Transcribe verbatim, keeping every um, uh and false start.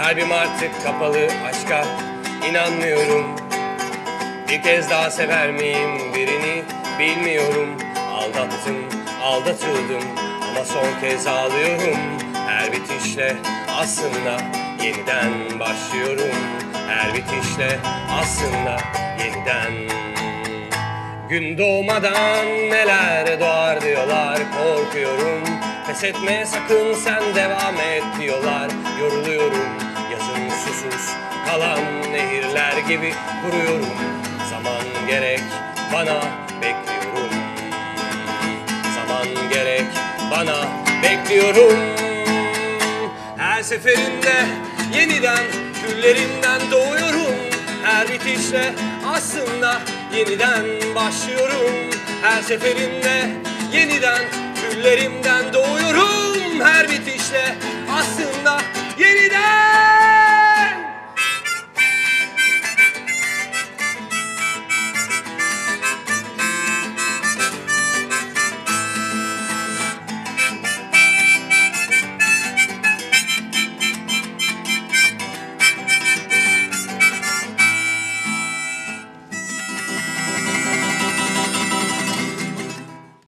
Kalbim artık kapalı, aşka inanmıyorum. Bir kez daha sever miyim birini bilmiyorum. Aldattım, aldatıldım ama son kez ağlıyorum. Her bitişle aslında yeniden başlıyorum. Her bitişle aslında yeniden. Gün doğmadan neler doğar diyorlar, korkuyorum. Pes etme sakın, sen devam et diyorlar. Yoruluyorum, yazın susuz kalan nehirler gibi kuruyorum. Zaman gerek bana, bekliyorum. Zaman gerek bana, bekliyorum. Her seferinde yeniden küllerinden doğuyorum. Her bitişle aslında yeniden başlıyorum. Her seferinde yeniden küllerimden doğuyorum. Her bitişle aslında yeniden